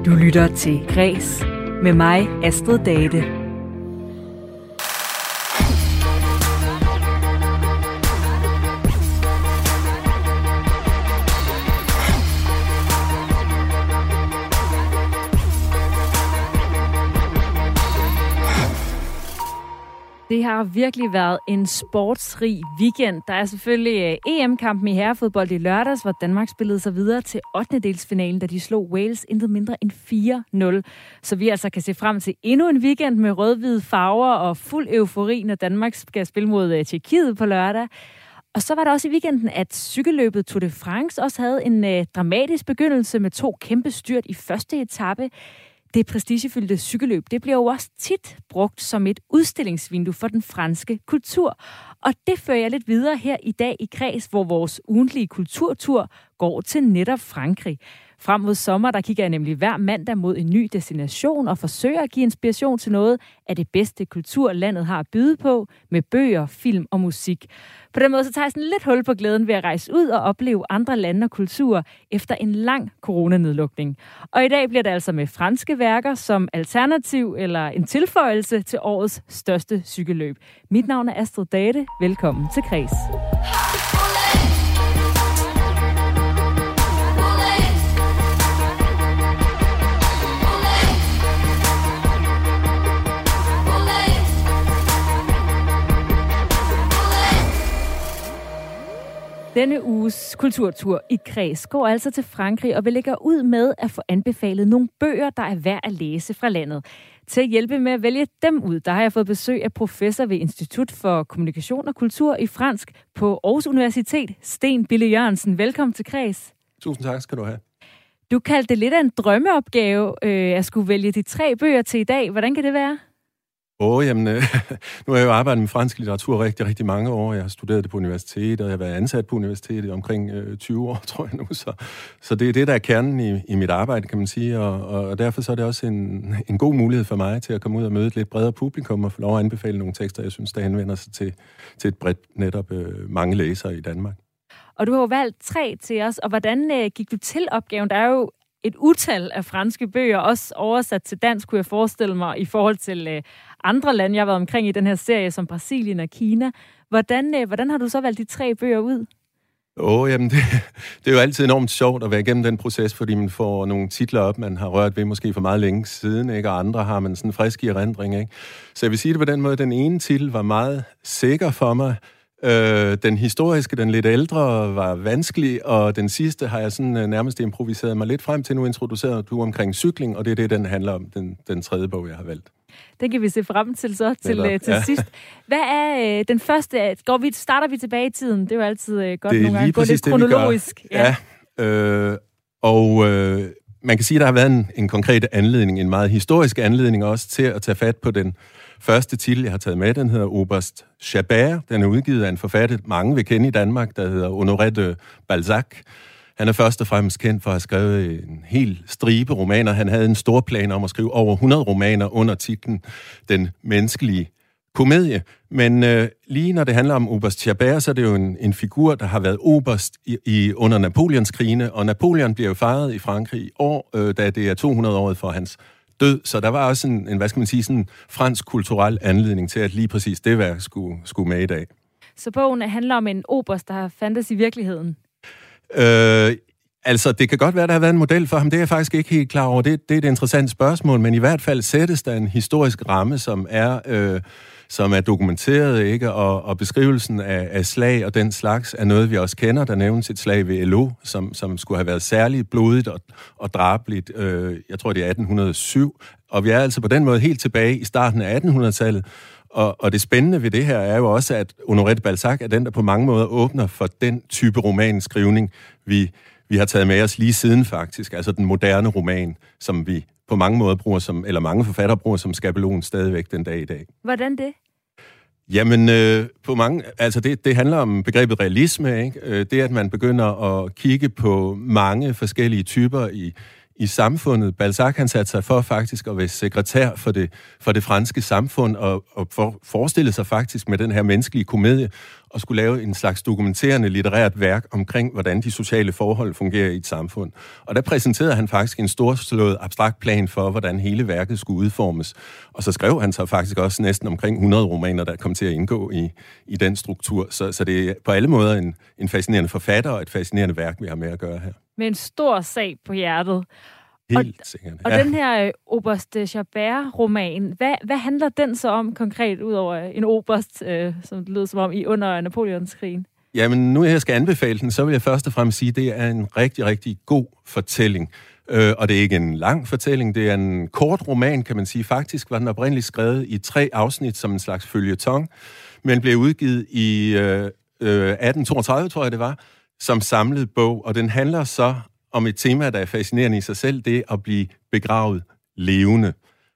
Du lytter til Græs med mig, Astrid Date. Det har virkelig været en sportsrig weekend. Der er selvfølgelig EM-kampen i herrefodbold i lørdags, hvor Danmark spillede sig videre til 8. da de slog Wales intet mindre end 4-0. Så vi altså kan se frem til endnu en weekend med rød-hvide farver og fuld eufori, når Danmark skal spille mod Tjekkiet på lørdag. Og så var der også i weekenden, at cykelløbet Tour de France også havde en dramatisk begyndelse med 2 kæmpe styrt i første etape. Det prestigefyldte cykelløb, det bliver jo også tit brugt som et udstillingsvindue for den franske kultur. Og det fører jeg lidt videre her i dag i Græs, hvor vores ugentlige kulturtur går til netop Frankrig. Frem mod sommer, der kigger jeg nemlig hver mandag mod en ny destination og forsøger at give inspiration til noget af det bedste kultur, landet har at byde på, med bøger, film og musik. På den måde så tager jeg sådan lidt hul på glæden ved at rejse ud og opleve andre lande og kulturer efter en lang coronanedlukning. Og i dag bliver det altså med franske værker som alternativ eller en tilføjelse til årets største cykelløb. Mit navn er Astrid Date. Velkommen til Græs. Denne uges kulturtur i Græs går altså til Frankrig, og vi lægger ud med at få anbefalet nogle bøger, der er værd at læse fra landet. Til at hjælpe med at vælge dem ud, der har jeg fået besøg af professor ved Institut for Kommunikation og Kultur i Fransk på Aarhus Universitet, Sten Bille Jørgensen. Velkommen til Græs. Tusind tak skal du have. Du kaldte det lidt af en drømmeopgave, at skulle vælge de 3 bøger til i dag. Hvordan kan det være? Jamen, nu har jeg jo arbejdet med fransk litteratur rigtig mange år. Jeg har studeret det på universitetet, og jeg har været ansat på universitetet omkring 20 år, tror jeg nu. Så det er det, der er kernen i mit arbejde, kan man sige. Og derfor så er det også en god mulighed for mig til at komme ud og møde et lidt bredere publikum og få lov at anbefale nogle tekster, jeg synes, der henvender sig til et bredt netop mange læsere i Danmark. Og du har jo valgt 3 til os, og hvordan gik du til opgaven? Der er jo et utal af franske bøger, også oversat til dansk, kunne jeg forestille mig, i forhold til andre lande, jeg har været omkring i den her serie, som Brasilien og Kina. Hvordan har du så valgt de 3 bøger ud? Jamen det er jo altid enormt sjovt at være igennem den proces, fordi man får nogle titler op, man har rørt ved måske for meget længe siden, ikke? Og andre har man sådan frisk i erindring, ikke? Så jeg vil sige det på den måde, den ene titel var meget sikker for mig. Den historiske, den lidt ældre, var vanskelig, og den sidste har jeg sådan nærmest improviseret mig lidt frem til. Nu introducerede du omkring cykling, og det er det, den handler om, den 3. bog, jeg har valgt. Den kan vi se frem til så til sidst. Hvad er den første? Starter vi tilbage i tiden? Det er jo altid godt nogle gange at gå lidt kronologisk. Ja. Man kan sige, at der har været en konkret anledning, en meget historisk anledning også til at tage fat på den første titel, jeg har taget med. Den hedder Oberst Chabert. Den er udgivet af en forfatter, mange vil kende i Danmark, der hedder Honoré de Balzac. Han er først og fremmest kendt for at have skrevet en hel stribe romaner. Han havde en stor plan om at skrive over 100 romaner under titlen Den menneskelige komedie. Men lige når det handler om Oberst Chabert, så er det jo en figur, der har været oberst under Napoleonskrigene, og Napoleon bliver jo fejret i Frankrig i år, da det er 200-året for hans død. Så der var også en hvad skal man sige, sådan fransk kulturel anledning til, at lige præcis det værk skulle med i dag. Så bogen handler om en oberst, der har fandtes i virkeligheden? Altså, det kan godt være, der har været en model for ham. Det er jeg faktisk ikke helt klar over. Det er et interessant spørgsmål, men i hvert fald sættes der en historisk ramme, som er dokumenteret, ikke? Og beskrivelsen af slag og den slags er noget, vi også kender. Der nævnes et slag ved Eylau, som skulle have været særligt blodigt og drabeligt. Jeg tror, det er 1807. Og vi er altså på den måde helt tilbage i starten af 1800-tallet. Og det spændende ved det her er jo også, at Honoré de Balzac er den, der på mange måder åbner for den type romanskrivning, vi har taget med os lige siden faktisk. Altså den moderne roman, som vi på mange måder bruger eller mange forfattere bruger som skabelon stadigvæk den dag i dag. Hvordan det? Jamen, det handler om begrebet realisme, ikke? Det, at man begynder at kigge på mange forskellige typer i samfundet. Balzac, han satte sig for faktisk at være sekretær for det franske samfund, og forestille sig faktisk med den her menneskelige komedie og skulle lave en slags dokumenterende litterært værk omkring, hvordan de sociale forhold fungerer i et samfund. Og der præsenterede han faktisk en storslået abstrakt plan for, hvordan hele værket skulle udformes. Og så skrev han så faktisk også næsten omkring 100 romaner, der kom til at indgå i den struktur. Så det er på alle måder en fascinerende forfatter og et fascinerende værk, vi har med at gøre her. Med en stor sag på hjertet. Helt sikkert. Og den her Oberst Chabert-roman, hvad handler den så om konkret, udover en oberst, som det lød som om under Napoleonskrigen? Jamen, nu jeg skal anbefale den, så vil jeg først og fremmest sige, at det er en rigtig, rigtig god fortælling. Og det er ikke en lang fortælling, det er en kort roman, kan man sige. Faktisk var den oprindeligt skrevet i 3 afsnit som en slags føljeton, men blev udgivet i 1832, tror jeg det var, som samlet bog. Og den handler så om et tema, der er fascinerende i sig selv, det at blive begravet levende.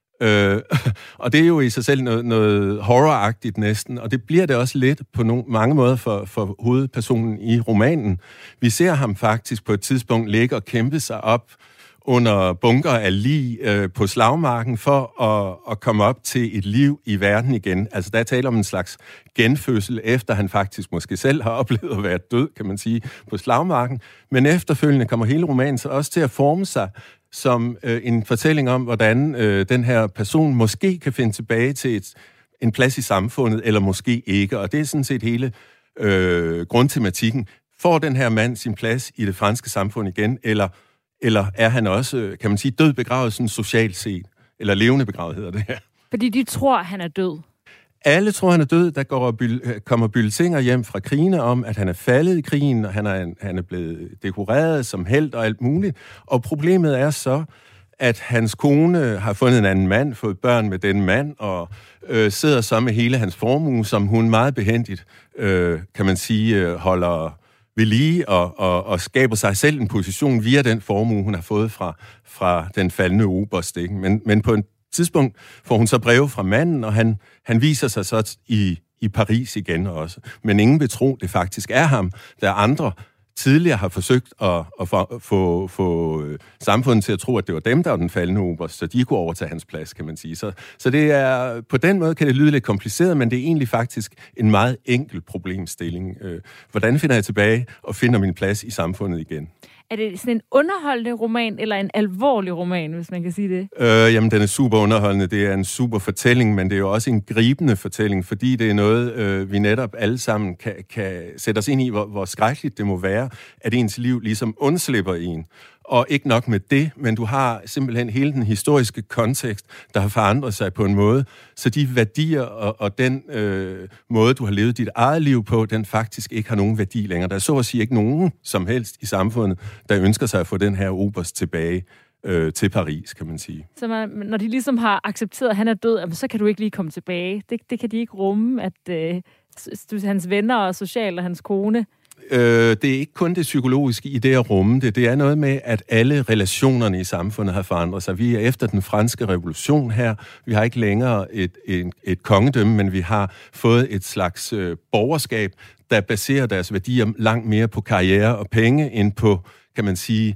Og det er jo i sig selv noget horroragtigt næsten, og det bliver det også lidt på mange måder for hovedpersonen i romanen. Vi ser ham faktisk på et tidspunkt ligge og kæmpe sig op under bunker af lig på slagmarken for at komme op til et liv i verden igen. Altså der er tale om en slags genfødsel, efter han faktisk måske selv har oplevet at være død, kan man sige, på slagmarken. Men efterfølgende kommer hele romanen så også til at forme sig som en fortælling om, hvordan den her person måske kan finde tilbage til en plads i samfundet, eller måske ikke. Og det er sådan set hele grundtematikken. Får den her mand sin plads i det franske samfund igen, eller er han også, kan man sige, død begravet sådan socialt set? Eller levende begravet hedder det her. Fordi de tror, han er død. Alle tror, han er død. Der kommer bulletiner hjem fra krigene om, at han er faldet i krigen, og han er blevet dekoreret som helt og alt muligt. Og problemet er så, at hans kone har fundet en anden mand, fået børn med den mand, og sidder så med hele hans formue, som hun meget behændigt, kan man sige, holder ved lige og skaber sig selv en position via den formue, hun har fået fra den faldende oberst. Men på et tidspunkt får hun så breve fra manden, og han viser sig så i Paris igen også. Men ingen vil tro, det faktisk er ham. Der er andre tidligere har forsøgt at få samfundet til at tro, at det var dem, der var den faldende oberst, så de kunne overtage hans plads, kan man sige. Så det er, på den måde kan det lyde lidt kompliceret, men det er egentlig faktisk en meget enkel problemstilling. Hvordan finder jeg tilbage og finder min plads i samfundet igen? Er det sådan en underholdende roman, eller en alvorlig roman, hvis man kan sige det? Jamen, den er super underholdende. Det er en super fortælling, men det er jo også en gribende fortælling, fordi det er noget, vi netop alle sammen kan sætte os ind i, hvor skrækkeligt det må være, at ens liv ligesom undslipper en. Og ikke nok med det, men du har simpelthen hele den historiske kontekst, der har forandret sig på en måde, så de værdier og den måde, du har levet dit eget liv på, den faktisk ikke har nogen værdi længere. Der er så at sige ikke nogen som helst i samfundet, der ønsker sig at få den her oberst tilbage til Paris, kan man sige. Så når de ligesom har accepteret, at han er død, så kan du ikke lige komme tilbage. Det kan de ikke rumme, at hans venner og socialt og hans kone. Det er ikke kun det psykologiske i det at rumme det. Det er noget med, at alle relationerne i samfundet har forandret sig. Vi er efter den franske revolution her. Vi har ikke længere et kongedømme, men vi har fået et slags borgerskab, der baserer deres værdier langt mere på karriere og penge, end på, kan man sige,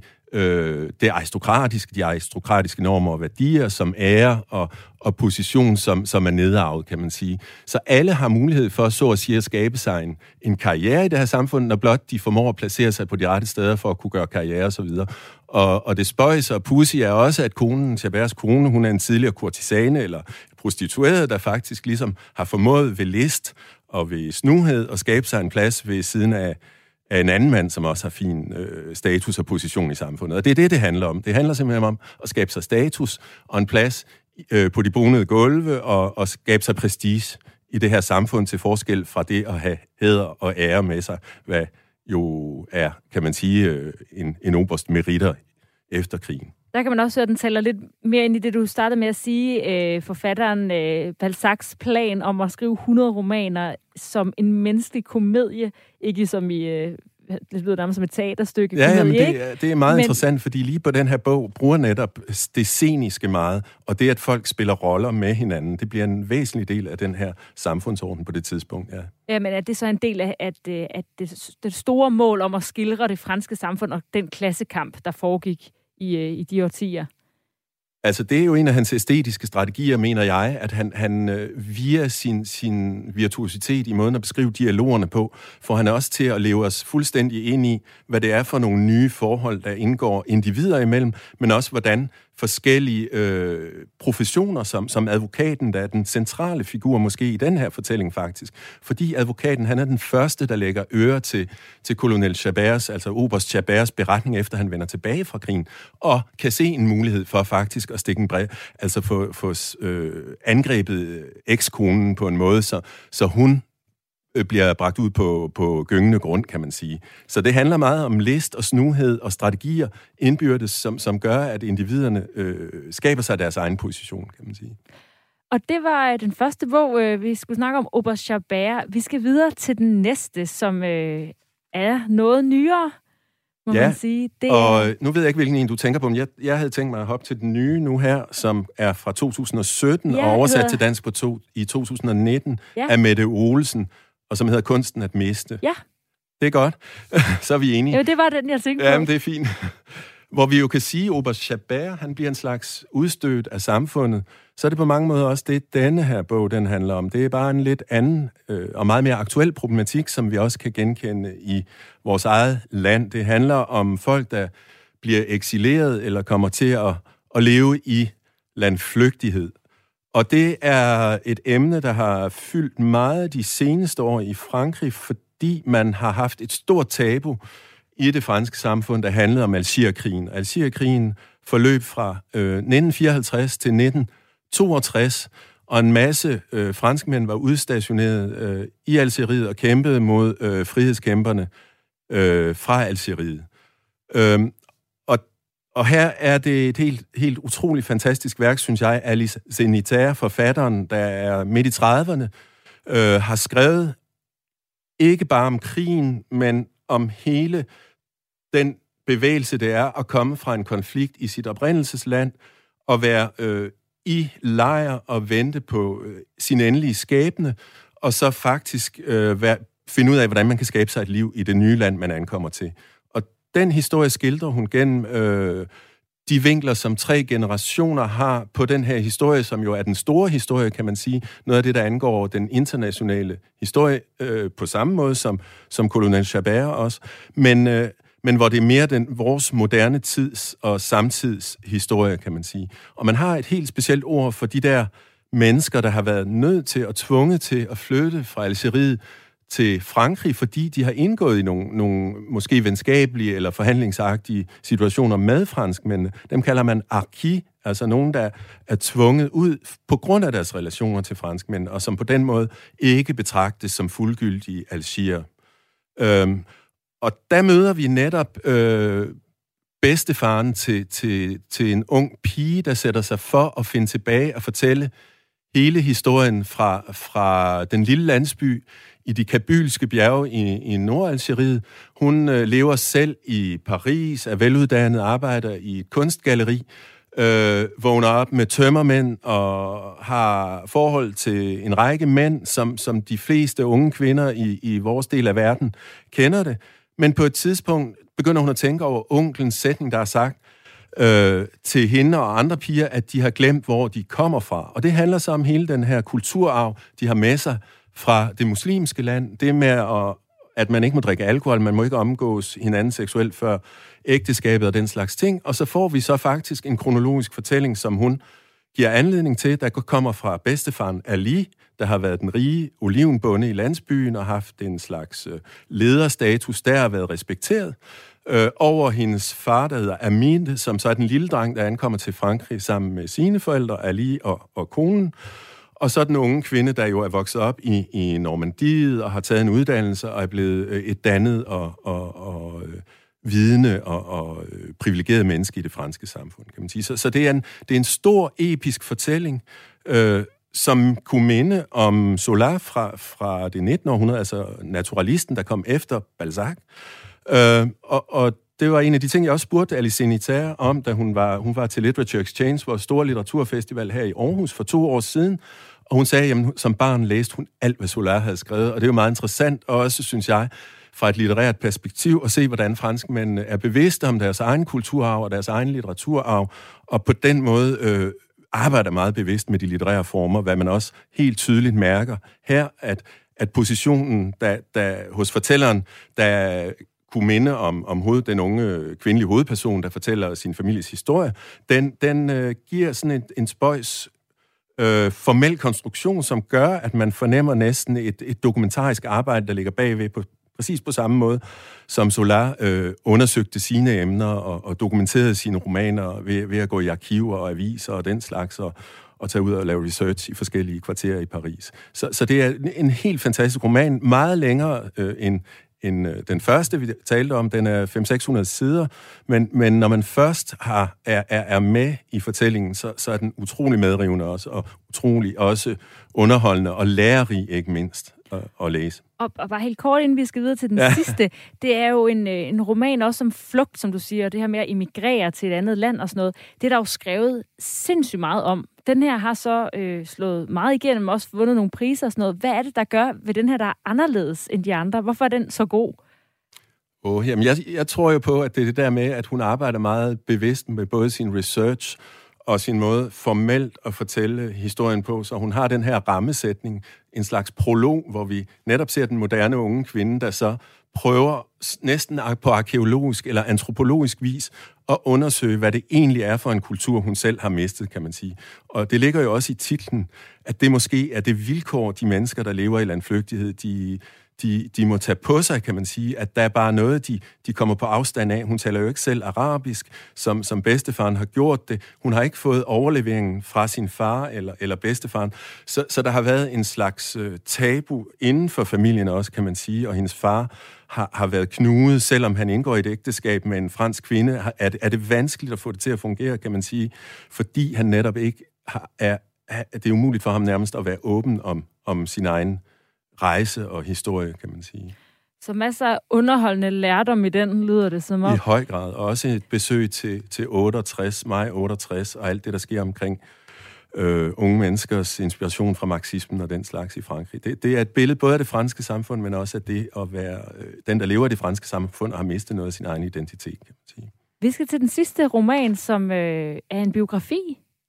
de aristokratiske normer og værdier, som ære og position, som er nedarvet, kan man sige. Så alle har mulighed for, så at sige, at skabe sig en karriere i det her samfund, når blot de formår at placere sig på de rette steder for at kunne gøre karriere og så videre. Og det spøjs og pudsige er også, at Chaberts kone, hun er en tidligere kurtisane eller prostitueret, der faktisk ligesom har formået ved list og ved snuhed at skabe sig en plads ved siden af en anden mand, som også har fin status og position i samfundet. Og det er det handler om. Det handler simpelthen om at skabe sig status og en plads på de bonede gulve og skabe sig prestige i det her samfund til forskel fra det at have hæder og ære med sig, hvad jo er, kan man sige, en oberst meritter efter krigen. Der kan man også høre, at den taler lidt mere ind i det, du startede med at sige, forfatteren Balzacs plan om at skrive 100 romaner som en menneskelig komedie, ikke som i, det lyder nærmest som et teaterstykke. Ja, men det er meget interessant, fordi lige på den her bog bruger netop det sceniske meget, og det, at folk spiller roller med hinanden, det bliver en væsentlig del af den her samfundsorden på det tidspunkt, ja. Ja, men er det så en del af at det store mål om at skildre det franske samfund og den klassekamp, der foregik i de årtier? Altså, det er jo en af hans æstetiske strategier, mener jeg, at han via sin virtuositet i måden at beskrive dialogerne på, får han også til at leve os fuldstændig ind i, hvad det er for nogle nye forhold, der indgår individer imellem, men også hvordan forskellige professioner, som advokaten, der er den centrale figur måske i den her fortælling faktisk. Fordi advokaten, han er den første, der lægger øre til kolonel Chaberts, altså oberst Chaberts beretning, efter han vender tilbage fra krigen, og kan se en mulighed for faktisk at stikke en brev, altså få angrebet ekskonen på en måde, så hun bliver bragt ud på gyngende grund, kan man sige. Så det handler meget om list og snuhed og strategier indbyrdes, som gør, at individerne skaber sig deres egen position, kan man sige. Og det var den første bog, vi skulle snakke om, Oberst Chabert. Vi skal videre til den næste, som er noget nyere, må man sige. Og nu ved jeg ikke, hvilken en du tænker på, men jeg havde tænkt mig at hoppe til den nye nu her, som er fra 2017 og oversat til dansk i 2019 af Mette Olsen, og som hedder Kunsten at miste. Ja. Det er godt. Så er vi enige. Jo, det var den, jeg tænkte på. Jamen, det er fint. Hvor vi jo kan sige, at Oberst Chabert, han bliver en slags udstødt af samfundet, så er det på mange måder også det, denne her bog, den handler om. Det er bare en lidt anden og meget mere aktuel problematik, som vi også kan genkende i vores eget land. Det handler om folk, der bliver eksileret eller kommer til at leve i landflygtighed. Og det er et emne, der har fyldt meget de seneste år i Frankrig, fordi man har haft et stort tabu i det franske samfund, der handlede om Algierkrigen. Algierkrigen forløb fra 1954 til 1962, og en masse franskmænd var udstationeret i Algeriet og kæmpede mod frihedskæmperne fra Algeriet. Og her er det et helt utroligt fantastisk værk, synes jeg. Alice Zenitaire, forfatteren, der er midt i 30'erne, har skrevet ikke bare om krigen, men om hele den bevægelse, det er at komme fra en konflikt i sit oprindelsesland og være i lejr og vente på sin endelige skæbne, og så faktisk finde ud af, hvordan man kan skabe sig et liv i det nye land, man ankommer til. Og den historie skildrer hun gennem de vinkler, som 3 generationer har på den her historie, som jo er den store historie, kan man sige. Noget af det, der angår den internationale historie på samme måde som kolonel Chabert også. Men hvor det er mere vores moderne tids og samtids historie, kan man sige. Og man har et helt specielt ord for de der mennesker, der har været nødt til og tvunget til at flytte fra Algeriet til Frankrig, fordi de har indgået i nogle måske venskabelige eller forhandlingsagtige situationer med franskmændene. Dem kalder man arki, altså nogen, der er tvunget ud på grund af deres relationer til franskmænd, og som på den måde ikke betragtes som fuldgyldige algier. Og der møder vi netop bedstefaren til en ung pige, der sætter sig for at finde tilbage og fortælle hele historien fra den lille landsby i de kabylske bjerge i Nordalgeriet. Hun lever selv i Paris, er veluddannet, arbejder i et kunstgalleri, vågner op med tømmermænd og har forhold til en række mænd, som de fleste unge kvinder i vores del af verden kender det. Men på et tidspunkt begynder hun at tænke over onklens sætning, der er sagt til hende og andre piger, at de har glemt, hvor de kommer fra. Og det handler så om hele den her kulturarv, de har med sig fra det muslimske land. Det med, at man ikke må drikke alkohol, man må ikke omgås hinanden seksuelt før ægteskabet og den slags ting. Og så får vi så faktisk en kronologisk fortælling, som hun giver anledning til, der kommer fra bedstefaren Ali, der har været den rige olivenbonde i landsbyen og haft en slags lederstatus, der har været respekteret. Over hendes far, der hedder Amin, som så er den lille dreng, der ankommer til Frankrig sammen med sine forældre, Ali og konen. Og så den unge kvinde, der jo er vokset op i Normandiet og har taget en uddannelse og er blevet et dannet og vidende og privilegeret menneske i det franske samfund, kan man sige. Så det er en stor episk fortælling, som kunne minde om Zola fra det 19. århundrede, altså naturalisten, der kom efter Balzac. Og det var en af de ting, jeg også spurgte Alice Zenitaire om, da hun var til Literature Exchange, vores store litteraturfestival her i Aarhus for 2 år siden. Og hun sagde, at som barn læste hun alt, hvad Zola havde skrevet. Og det er jo meget interessant også, synes jeg, fra et litterært perspektiv og se, hvordan franskmændene er bevidste om deres egen kulturarv og deres egen litteraturarv, og på den måde arbejder meget bevidst med de litterære former, hvad man også helt tydeligt mærker her, at positionen der hos fortælleren, der kunne minde om den unge kvindelige hovedperson, der fortæller sin families historie, den giver sådan en spøjs formel konstruktion, som gør, at man fornemmer næsten et dokumentarisk arbejde, der ligger bagved præcis på samme måde, som Zola undersøgte sine emner og dokumenterede sine romaner ved at gå i arkiver og aviser og den slags, og tage ud og lave research i forskellige kvarterer i Paris. Så det er en helt fantastisk roman, meget længere end den første, vi talte om. Den er 500-600 sider, men når man først er med i fortællingen, så er den utrolig medrivende også, og utrolig også underholdende og lærerig, ikke mindst, at læse. Og bare helt kort, inden vi skal videre til den sidste, det er jo en roman også om flugt, som du siger, det her med at emigrere til et andet land og sådan noget. Det er der jo skrevet sindssygt meget om. Den her har så slået meget igennem, også vundet nogle priser og sådan noget. Hvad er det, der gør ved den her, der er anderledes end de andre? Hvorfor er den så god? Jamen jeg tror jo på, at det er det der med, at hun arbejder meget bevidst med både sin research og sin måde formelt at fortælle historien på. Så hun har den her rammesætning, en slags prolog, hvor vi netop ser den moderne unge kvinde, der så prøver næsten på arkæologisk eller antropologisk vis at undersøge, hvad det egentlig er for en kultur, hun selv har mistet, kan man sige. Og det ligger jo også i titlen, at det måske er det vilkår, de mennesker, der lever i landflygtighed, de må tage på sig, kan man sige, at der er bare noget, de kommer på afstand af. Hun taler jo ikke selv arabisk, som bedstefaren har gjort det. Hun har ikke fået overleveringen fra sin far eller bedstefaren. Så der har været en slags tabu inden for familien også, kan man sige, og hendes far har været knudet, selvom han indgår i et ægteskab med en fransk kvinde. Er det vanskeligt at få det til at fungere, kan man sige, fordi han netop ikke det er umuligt for ham nærmest at være åben om sin egen rejse og historie, kan man sige. Så masser af underholdende lærdom i den, lyder det som om. I høj grad. Og også et besøg til maj 68, og alt det, der sker omkring unge menneskers inspiration fra marxismen og den slags i Frankrig. Det er et billede både af det franske samfund, men også af det at være den, der lever i det franske samfund og har mistet noget af sin egen identitet, kan man sige. Vi skal til den sidste roman, som er en biografi.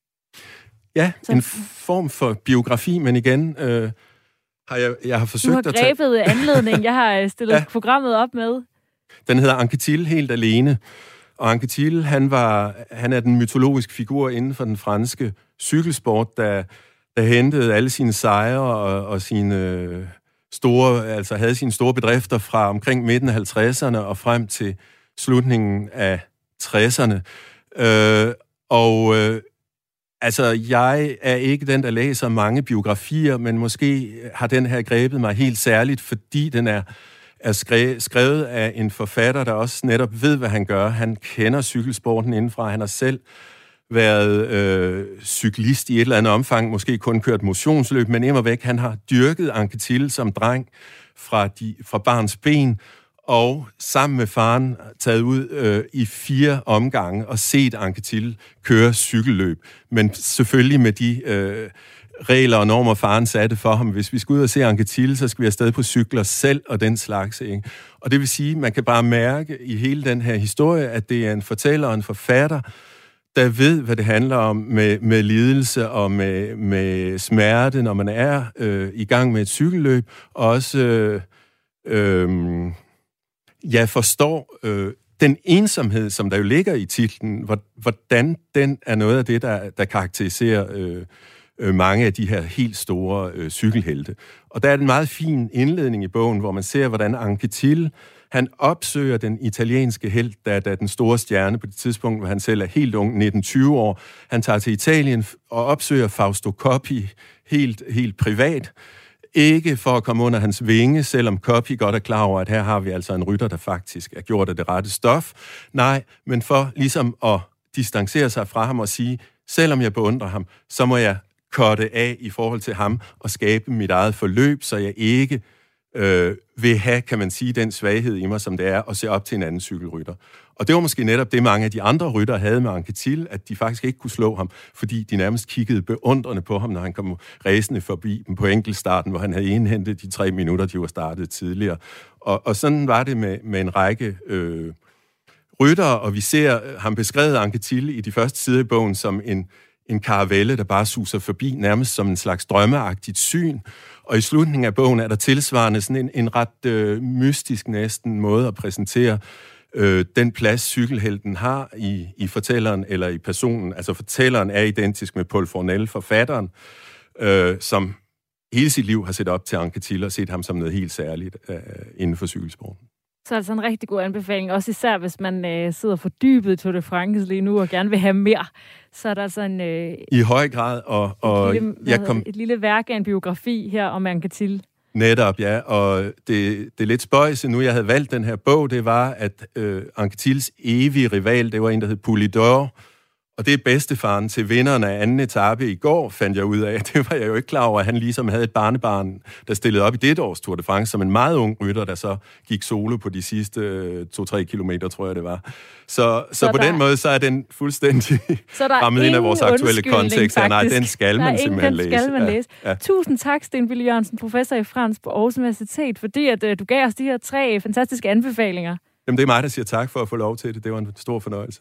Ja, en form for biografi, men igen jeg har forsøgt at tage... Du har grebet anledning, jeg har stillet programmet op med. Den hedder Anquetil, helt alene. Og Anquetil, han er den mytologiske figur inden for den franske cykelsport, der hentede alle sine sejre og sine havde sine store bedrifter fra omkring midten af 50'erne og frem til slutningen af 60'erne. Jeg er ikke den, der læser mange biografier, men måske har den her grebet mig helt særligt, fordi den er skrevet af en forfatter, der også netop ved, hvad han gør. Han kender cykelsporten indenfra. Han har selv været cyklist i et eller andet omfang, måske kun kørt motionsløb, men immervæk, han har dyrket Anquetil som dreng fra barns ben, og sammen med faren taget ud i 4 omgange og set Anquetil køre cykelløb. Men selvfølgelig med de regler og normer, faren satte for ham. Hvis vi skal ud og se Anquetil, så skal vi afsted på cykler selv og den slags. Ikke? Og det vil sige, man kan bare mærke i hele den her historie, at det er en fortæller og en forfatter, der ved, hvad det handler om med lidelse og med smerte, når man er i gang med et cykelløb, og også jeg forstår den ensomhed, som der jo ligger i titlen, hvordan den er noget af det, der karakteriserer mange af de her helt store cykelhelte. Og der er en meget fin indledning i bogen, hvor man ser, hvordan Anquetil, han opsøger den italienske helt, der er den store stjerne på det tidspunkt, hvor han selv er helt ung, 19-20 år. Han tager til Italien og opsøger Fausto Coppi helt privat. Ikke for at komme under hans vinge, selvom Coppi godt er klar over, at her har vi altså en rytter, der faktisk er gjort af det rette stof. Nej, men for ligesom at distancere sig fra ham og sige, selvom jeg beundrer ham, så må jeg korte af i forhold til ham og skabe mit eget forløb, så jeg ikke vil have, kan man sige, den svaghed i mig, som det er at se op til en anden cykelrytter. Og det var måske netop det, mange af de andre ryttere havde med Anquetil, at de faktisk ikke kunne slå ham, fordi de nærmest kiggede beundrende på ham, når han kom ræsende forbi dem på enkeltstarten, hvor han havde indhentet de 3 minutter, de var startet tidligere. Og sådan var det med en række ryttere, og vi ser ham beskrevet Anquetil i de første sider i bogen som en karavelle, der bare suser forbi, nærmest som en slags drømmeagtigt syn. Og i slutningen af bogen er der tilsvarende sådan en ret mystisk næsten måde at præsentere den plads, cykelhelten har i fortælleren eller i personen. Altså fortælleren er identisk med Paul Fournel, forfatteren, som hele sit liv har set op til Anquetil og set ham som noget helt særligt inden for cykelsporten. Så altså en rigtig god anbefaling, også især hvis man sidder fordybet i Tour de France lige nu og gerne vil have mere. Så er der altså en... I høj grad, og et lille værk af en biografi her om Anquetil. Netop, ja, og det lidt spøjse nu, jeg havde valgt den her bog, det var, at Anquetils evige rival, det var en, der hed Poulidor, og det er bedstefaren til vinderen af anden etape i går, fandt jeg ud af. Det var jeg jo ikke klar over, at han ligesom havde et barnebarn, der stillede op i dette års Tour de France, som en meget ung rytter, der så gik solo på de sidste 2-3 kilometer, tror jeg det var. Så på den måde, så er den fuldstændig rammet ind af vores aktuelle kontekst. Ja, nej, den skal man simpelthen læse. Ja. Tusind tak, Sten Billy Jørgensen, professor i fransk på Aarhus Universitet, fordi at du gav os de her 3 fantastiske anbefalinger. Jamen, det er mig, der siger tak for at få lov til det. Det var en stor fornøjelse.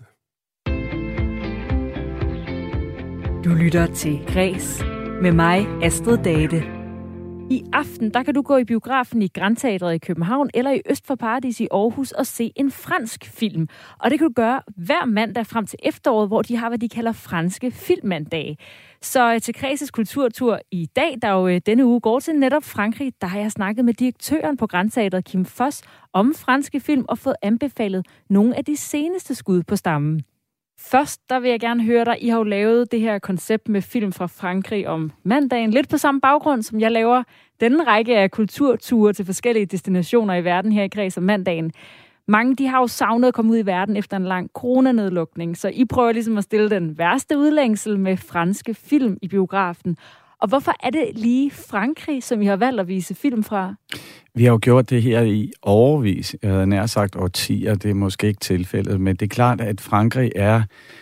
Du lytter til Græs med mig, Astrid Date. I aften, der kan du gå i biografen i Grandteatret i København eller i Øst for Paradis i Aarhus og se en fransk film. Og det kan du gøre hver mandag frem til efteråret, hvor de har, hvad de kalder franske filmmandage. Så til Græs' kulturtur i dag, der jo denne uge går til netop Frankrig, der har jeg snakket med direktøren på Grandteatret, Kim Foss, om franske film og fået anbefalet nogle af de seneste skud på stammen. Først, der vil jeg gerne høre dig. I har jo lavet det her koncept med film fra Frankrig om mandagen. Lidt på samme baggrund, som jeg laver denne række af kulturture til forskellige destinationer i verden her i Græs om mandagen. Mange, de har jo savnet at komme ud i verden efter en lang coronanedlukning, så I prøver ligesom at stille den værste udlængsel med franske film i biografen. Og hvorfor er det lige Frankrig, som I har valgt at vise film fra? Vi har jo gjort det her i årevis. Jeg havde nær sagt årtier, det er måske ikke tilfældet, men det er klart, at Frankrig er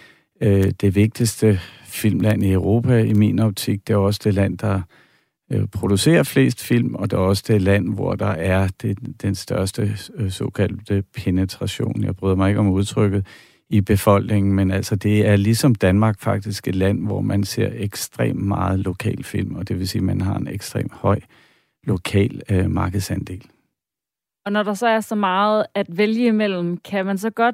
det vigtigste filmland i Europa i min optik. Det er også det land, der producerer flest film, og det er også det land, hvor der er den største såkaldte penetration. Jeg bryder mig ikke om udtrykket i befolkningen, men altså det er ligesom Danmark faktisk et land, hvor man ser ekstremt meget lokal film, og det vil sige, at man har en ekstremt høj lokal markedsandel. Og når der så er så meget at vælge imellem, kan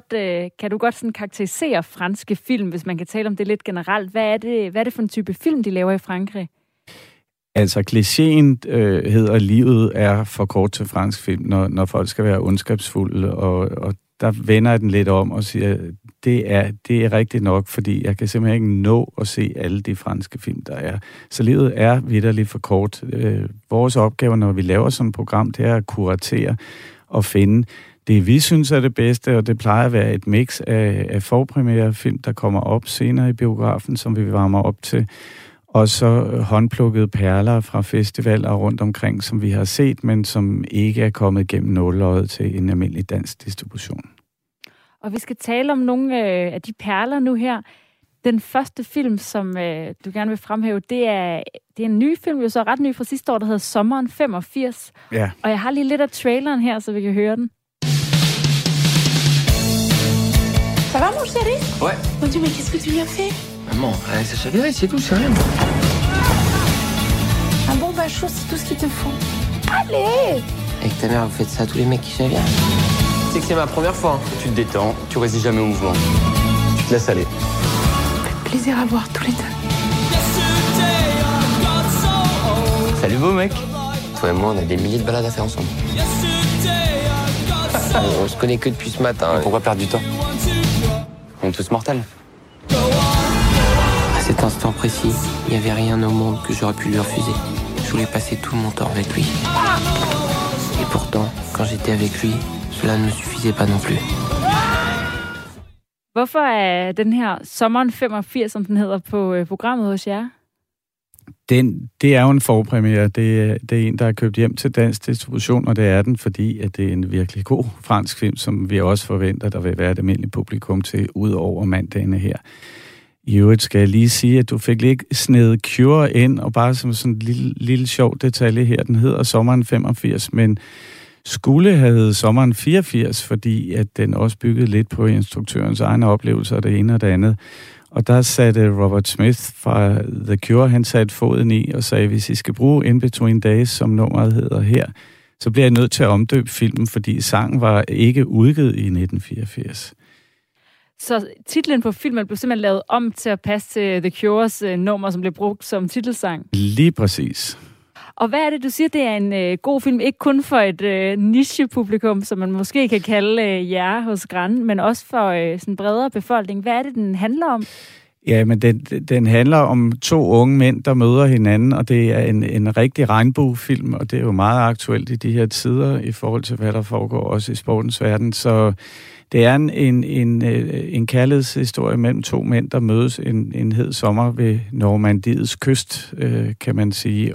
du godt sådan karakterisere franske film, hvis man kan tale om det lidt generelt? Hvad er det for en type film, de laver i Frankrig? Altså, klichéen hedder, livet er for kort til fransk film, når folk skal være ondskabsfulde, og der vender jeg den lidt om og siger, det er rigtigt nok, fordi jeg kan simpelthen ikke nå at se alle de franske film, der er. Så livet er vitterligt for kort. Vores opgave, når vi laver sådan et program, det er at kuratere og finde det, vi synes er det bedste, og det plejer at være et mix af forpremiere film, der kommer op senere i biografen, som vi varmer op til, og så håndplukkede perler fra festivaler rundt omkring, som vi har set, men som ikke er kommet gennem nåløjet til en almindelig dansk distribution. Og vi skal tale om nogle af de perler nu her. Den første film, som du gerne vil fremhæve, det er en ny film, jo så ret ny fra sidste år, der hedder Sommeren 85. Ja. Og jeg har lige lidt af traileren her, så vi kan høre den. Ça va, mon chéri? Ouais. Mon Dieu, mais qu'est-ce que tu lui as fait? Maman, ça chavirait, c'est tout, c'est rien. Un bon bain chaud, c'est tout ce qu'il te faut. Allez! Avec ta mère, vous faites ça à tous les mecs qui chavirent? C'est que c'est ma première fois. Hein. Tu te détends, tu résistes jamais au mouvement. Tu te laisses aller. Faites plaisir à voir tous les deux. Salut beau mec. Toi et moi, on a des milliers de balades à faire ensemble. On se connaît que depuis ce matin. Et pourquoi perdre du temps? On est tous mortels. À cet instant précis, il n'y avait rien au monde que j'aurais pu lui refuser. Je voulais passer tout mon temps avec lui. Et pourtant, quand j'étais avec lui, cela ne me suffisait pas non plus. Hvorfor er den her Sommeren 85, som den hedder på programmet hos jer? Det er jo en forpremiere. Det er en, der er købt hjem til dansk distribution, og det er den, fordi at det er en virkelig god fransk film, som vi også forventer, der vil være et almindeligt publikum til, ud over mandagene her. I øvrigt skal jeg lige sige, at du fik lige snedet Cure ind, og bare som sådan en lille sjov detalje her, den hedder Sommeren 85, men skulle have heddet Sommeren 84, fordi at den også byggede lidt på instruktørens egne oplevelser, det ene og det andet. Og der satte Robert Smith fra The Cure, han satte foden i og sagde, hvis I skal bruge In Between Days, som nummeret hedder her, så bliver jeg nødt til at omdøbe filmen, fordi sangen var ikke udgivet i 1984. Så titlen på filmen blev simpelthen lavet om til at passe til The Cures nummer, som blev brugt som titelsang? Lige præcis. Og hvad er det, du siger, det er en god film, ikke kun for et nichepublikum, som man måske kan kalde jer hos Gran, men også for sådan en bredere befolkning. Hvad er det, den handler om? Ja, men den handler om 2 unge mænd, der møder hinanden, og det er en rigtig regnbuefilm, og det er jo meget aktuelt i de her tider i forhold til, hvad der foregår også i sportens verden. Så det er en kærlighedshistorie mellem 2 mænd, der mødes en hed sommer ved Normandiets kyst, kan man sige,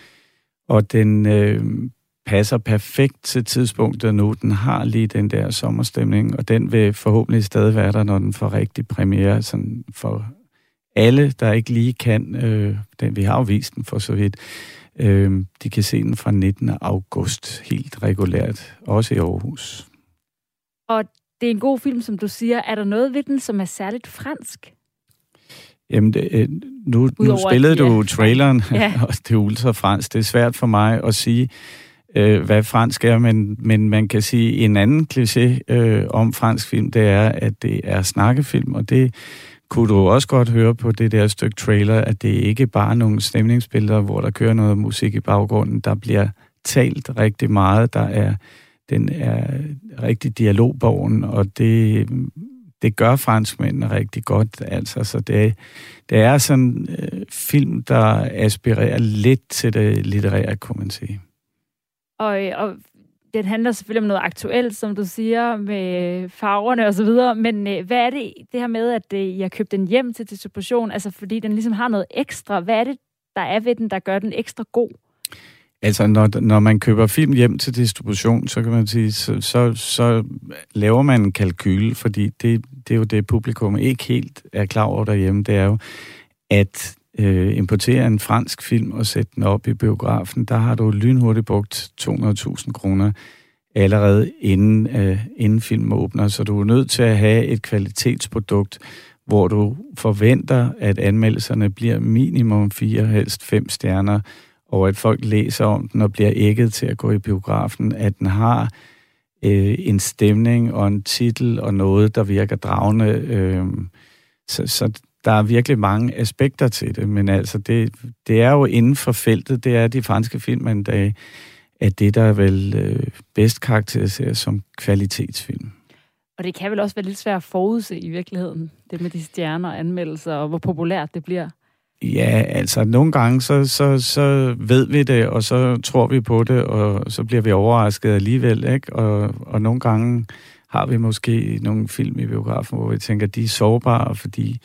og den passer perfekt til tidspunktet nu. Den har lige den der sommerstemning, og den vil forhåbentlig stadig være der, når den får rigtig premiere. Sådan for alle, der ikke lige kan, vi har jo vist den for så vidt, de kan se den fra 19. august helt regulært, også i Aarhus. Og det er en god film, som du siger. Er der noget ved den, som er særligt fransk? Jamen, nu spillede du traileren, og det er ultra fransk. Det er svært for mig at sige, hvad fransk er, men man kan sige, en anden kliché om fransk film, det er, at det er snakkefilm, og det kunne du også godt høre på det der stykke trailer, at det ikke bare er nogle stemningsbilleder, hvor der kører noget musik i baggrunden. Der bliver talt rigtig meget, den er rigtig dialogborgen, og det gør franskmændene rigtig godt. Altså, så det er sådan en film, der aspirerer lidt til det litterære, kunne man sige. Og den handler selvfølgelig om noget aktuelt, som du siger, med farverne og så videre, men hvad er det her med, at I har købt den hjem til distribution, altså fordi den ligesom har noget ekstra? Hvad er det, der er ved den, der gør den ekstra god? Altså, når man køber film hjem til distribution, så kan man sige, så laver man en kalkyl, fordi det er jo det, publikum ikke helt er klar over derhjemme, det er jo, at importere en fransk film og sætte den op i biografen, der har du lynhurtigt brugt 200.000 kroner allerede inden filmen åbner, så du er nødt til at have et kvalitetsprodukt, hvor du forventer, at anmeldelserne bliver minimum 4, helst 5 stjerner, og at folk læser om den og bliver ægget til at gå i biografen, at den har en stemning og en titel og noget, der virker dragende. Så der er virkelig mange aspekter til det, men altså det er jo inden for feltet, det er de franske film, at det, der vel bedst karakteriseres som kvalitetsfilm. Og det kan vel også være lidt svært at forudse i virkeligheden, det med de stjerner og anmeldelser, og hvor populært det bliver. Ja, altså nogle gange, så ved vi det, og så tror vi på det, og så bliver vi overrasket alligevel, ikke? Og nogle gange har vi måske nogle film i biografen, hvor vi tænker, de er sårbare, fordi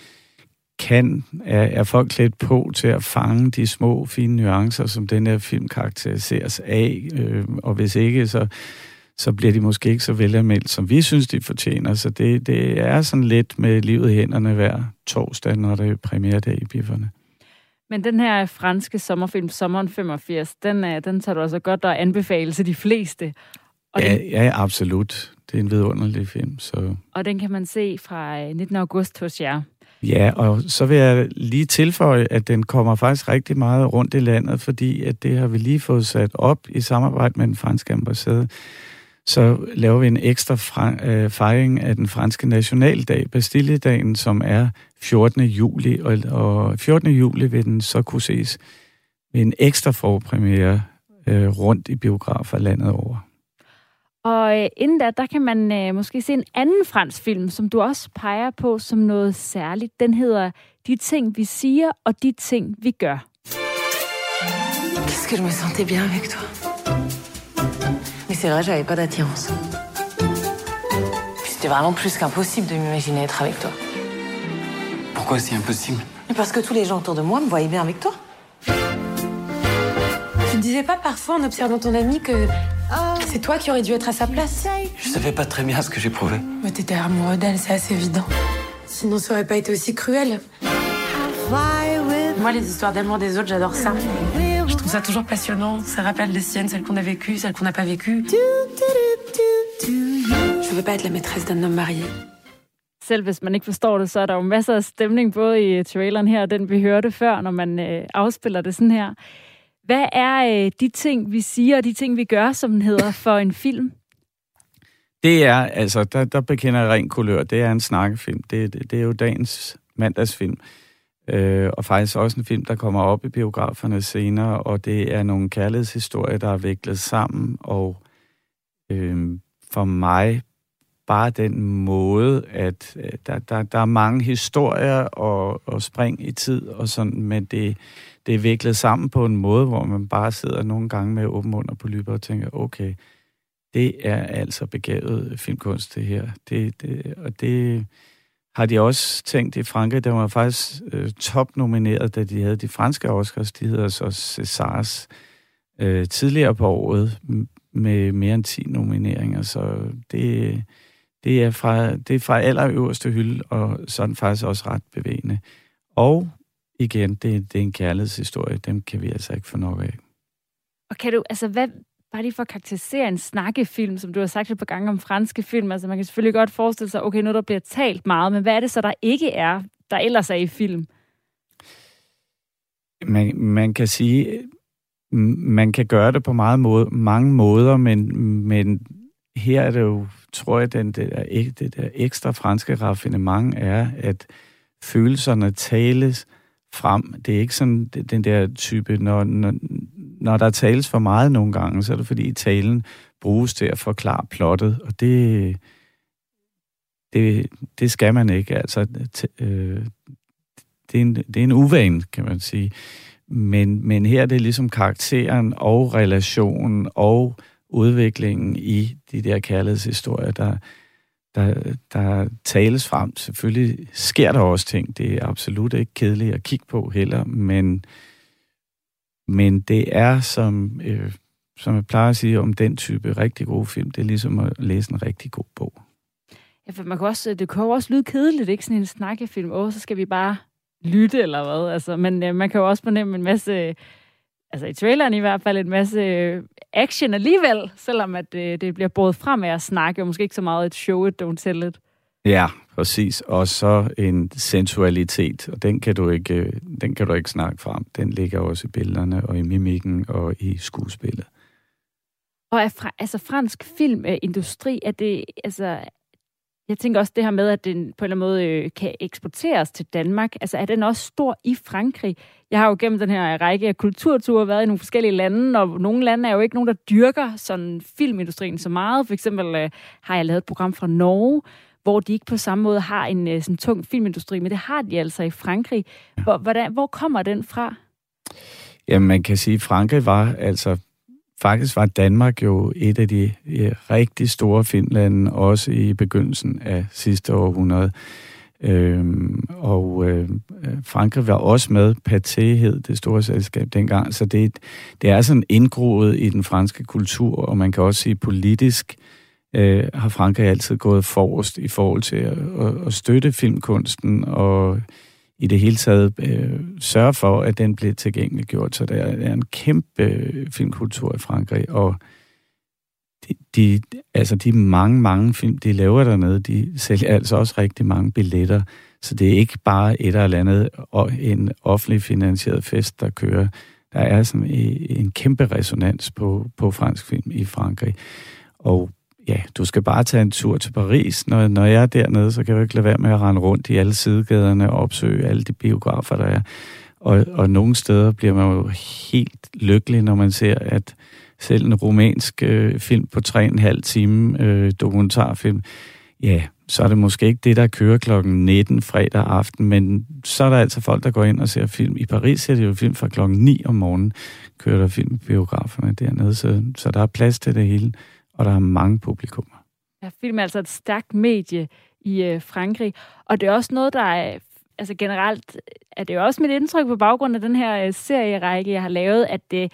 er folk klædt på til at fange de små, fine nuancer, som den her film karakteriseres af, og hvis ikke, så bliver de måske ikke så velanmeldt, som vi synes, de fortjener. Så det er sådan lidt med livet i hænderne hver torsdag, når der er premieredag i bifferne. Men den her franske sommerfilm, Sommeren 85, den tager du altså godt og anbefale til de fleste. Og ja, absolut. Det er en vidunderlig film. Så. Og den kan man se fra 19. august hos jer. Ja, og så vil jeg lige tilføje, at den kommer faktisk rigtig meget rundt i landet, fordi at det har vi lige fået sat op i samarbejde med den franske ambassade. Så laver vi en ekstra fejring af den franske nationaldag, Bastilledagen, som er 14. juli, og 14. juli vil den så kunne ses ved en ekstra forpremiere rundt i biografer landet over. Og inden da, der kan man måske se en anden fransk film, som du også peger på som noget særligt. Den hedder De ting, vi siger, og de ting, vi gør. Qu'est-ce que je me sentais bien avec toi. Mais c'est vrai, j'avais pas d'attirance. Puis c'était vraiment plus qu'impossible de m'imaginer être avec toi. Pourquoi c'est impossible? Mais parce que tous les gens autour de moi me voyaient bien avec toi. Tu ne disais pas parfois en observant ton ami que c'est toi qui aurais dû être à sa place? Je savais pas très bien ce que j'éprouvais. Mais t'étais amoureux d'elle, c'est assez évident. Sinon, ça aurait pas été aussi cruel. Moi, les histoires d'amour des autres, j'adore ça. Je trouve ça toujours passionnant. Ça rappelle les siennes, celles qu'on a vécues, celles qu'on n'a pas vécues. Je veux pas être la maîtresse d'un homme marié. Selv hvis man ikke forstår det, så er der jo masser af stemning, både i traileren her og den, vi hørte før, når man afspiller det sådan her. Hvad er de ting, vi siger, og de ting, vi gør, som den hedder, for en film? Det er, altså, der bekender jeg ren kulør. Det er en snakkefilm. Det er jo dagens mandagsfilm. Og faktisk også en film, der kommer op i biograferne senere, og det er nogle kærlighedshistorier, der er viklet sammen, og for mig bare den måde, at der er mange historier og spring i tid, og sådan, men det er viklet sammen på en måde, hvor man bare sidder nogle gange med åben mund og på lyber og tænker, okay, det er altså begavet filmkunst, det her. Og det har de også tænkt i Frankrig. Der var faktisk topnomineret, da de havde de franske Oscars. De hedder så Césars tidligere på året med mere end 10 nomineringer. Så det er fra allerøverste hylde, og sådan faktisk også ret bevægende. Og igen, det er en kærlighedshistorie. Dem kan vi altså ikke få nok af. Og kan du, altså hvad, bare lige for at karakterisere en snakkefilm, som du har sagt et par gange om franske film, altså man kan selvfølgelig godt forestille sig, okay, nu der bliver talt meget, men hvad er det så, der ikke er, der ellers er i film? Man kan sige, man kan gøre det på mange måder, men her er det jo, tror jeg, det der ekstra franske raffinement er, at følelserne tales frem. Det er ikke sådan den der type, når der tales for meget nogle gange, så er det fordi talen bruges til at forklare plottet, og det skal man ikke. Altså, det er en uvane, kan man sige. Men her er det ligesom karakteren og relationen og udviklingen i de der kærlighedshistorier, der tales frem. Selvfølgelig sker der også ting. Det er absolut ikke kedeligt at kigge på heller, men det er, som jeg plejer at sige om den type rigtig gode film, det er ligesom at læse en rigtig god bog. Ja, for det kan jo også lyde kedeligt, ikke? Sådan en snakkefilm. Så skal vi bare lytte, eller hvad? Altså, men man kan jo også fornemme en masse, altså i traileren i hvert fald, en masse action alligevel, selvom at det bliver båret frem af at snakke, og måske ikke så meget et show it, don't tell it. Ja, præcis. Og så en sensualitet, og den kan du ikke snakke frem. Den ligger også i billederne, og i mimikken, og i skuespillet. Og fransk filmindustri, er det, altså, jeg tænker også det her med, at den på en eller anden måde kan eksporteres til Danmark. Altså, er den også stor i Frankrig? Jeg har jo gennem den her række af kulturture været i nogle forskellige lande, og nogle lande er jo ikke nogen, der dyrker sådan filmindustrien så meget. For eksempel har jeg lavet et program fra Norge, hvor de ikke på samme måde har en sådan tung filmindustri, men det har de altså i Frankrig. Hvor kommer den fra? Jamen, man kan sige, at Frankrig faktisk var Danmark jo et af de rigtig store filmlande, også i begyndelsen af sidste århundrede. Frankrig var også med, Pathé hed det store selskab dengang, så det er sådan indgroet i den franske kultur, og man kan også sige politisk har Frankrig altid gået forrest i forhold til at støtte filmkunsten, og i det hele taget sørge for, at den bliver tilgængeliggjort. Så der er en kæmpe filmkultur i Frankrig, og de mange film, de laver dernede, de sælger altså også rigtig mange billetter. Så det er ikke bare et eller andet og en offentlig finansieret fest, der kører. Der er sådan en kæmpe resonans på fransk film i Frankrig. Og ja, du skal bare tage en tur til Paris. Når jeg er dernede, så kan jeg ikke lade være med at rende rundt i alle sidegaderne og opsøge alle de biografer, der er. Og nogle steder bliver man jo helt lykkelig, når man ser, at selv en rumænsk film på 3,5 time, dokumentarfilm, ja, så er det måske ikke det, der kører klokken 19 fredag aften, men så er der altså folk, der går ind og ser film. I Paris ser de jo film fra klokken 9 om morgenen, kører der film i biograferne dernede, så der er plads til det hele, og der er mange publikummer. Ja, film er altså et stærkt medie i Frankrig, og det er også noget, der er, altså generelt er det jo også mit indtryk på baggrund af den her serierække, jeg har lavet, at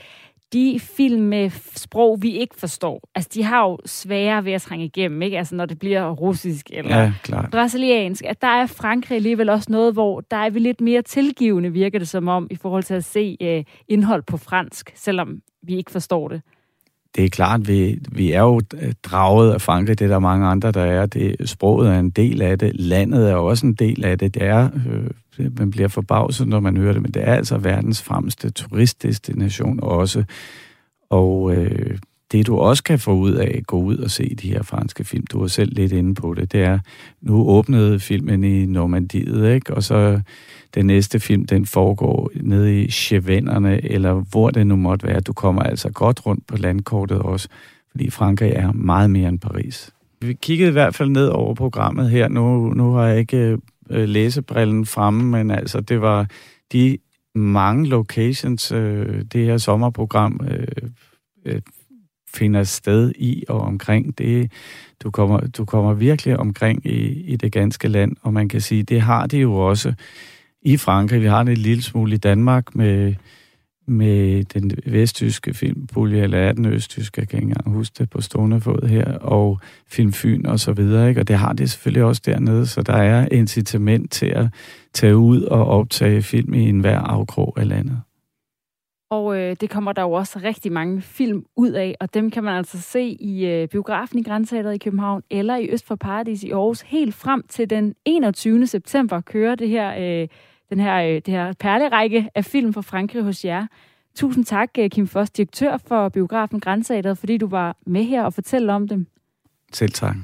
de film med sprog, vi ikke forstår, altså de har jo sværere ved at trænge igennem, ikke? Altså når det bliver russisk eller brasiliansk, at der er Frankrig alligevel også noget, hvor der er vi lidt mere tilgivende, virker det som om, i forhold til at se indhold på fransk, selvom vi ikke forstår det. Det er klart, vi er jo draget af Frankrig, det er der mange andre, der er. Sproget er en del af det, landet er også en del af det. Det er, man bliver forbavset, når man hører det, men det er altså verdens fremmeste turistdestination også. Og det du også kan få ud af at gå ud og se de her franske film, du er selv lidt inde på det, det er, nu åbnede filmen i Normandiet, ikke? Og så den næste film, den foregår nede i Cévennerne, eller hvor det nu måtte være. Du kommer altså godt rundt på landkortet også, fordi Frankrig er meget mere end Paris. Vi kiggede i hvert fald ned over programmet her. Nu har jeg ikke læsebrillen fremme, men altså det var de mange locations, det her sommerprogram finder sted i og omkring det. Du kommer virkelig omkring i det ganske land, og man kan sige, det har de jo også i Frankrig. Vi har det en lille smule i Danmark med den vesttyske filmpulje, eller er den østtyske, jeg kan ikke engang huske det på stående fod her, og Film Fyn og så videre, ikke? Og det har det selvfølgelig også dernede, så der er incitament til at tage ud og optage film i enhver afkrog af landet. Og det kommer der jo også rigtig mange film ud af, og dem kan man altså se i biografen i Grandteatret i København, eller i Øst for Paradis i Aarhus, helt frem til den 21. september kører det her perlerække af film fra Frankrig hos jer. Tusind tak, Kim Foss, direktør for biografen Grandteatret, fordi du var med her og fortælle om dem. Selv tak.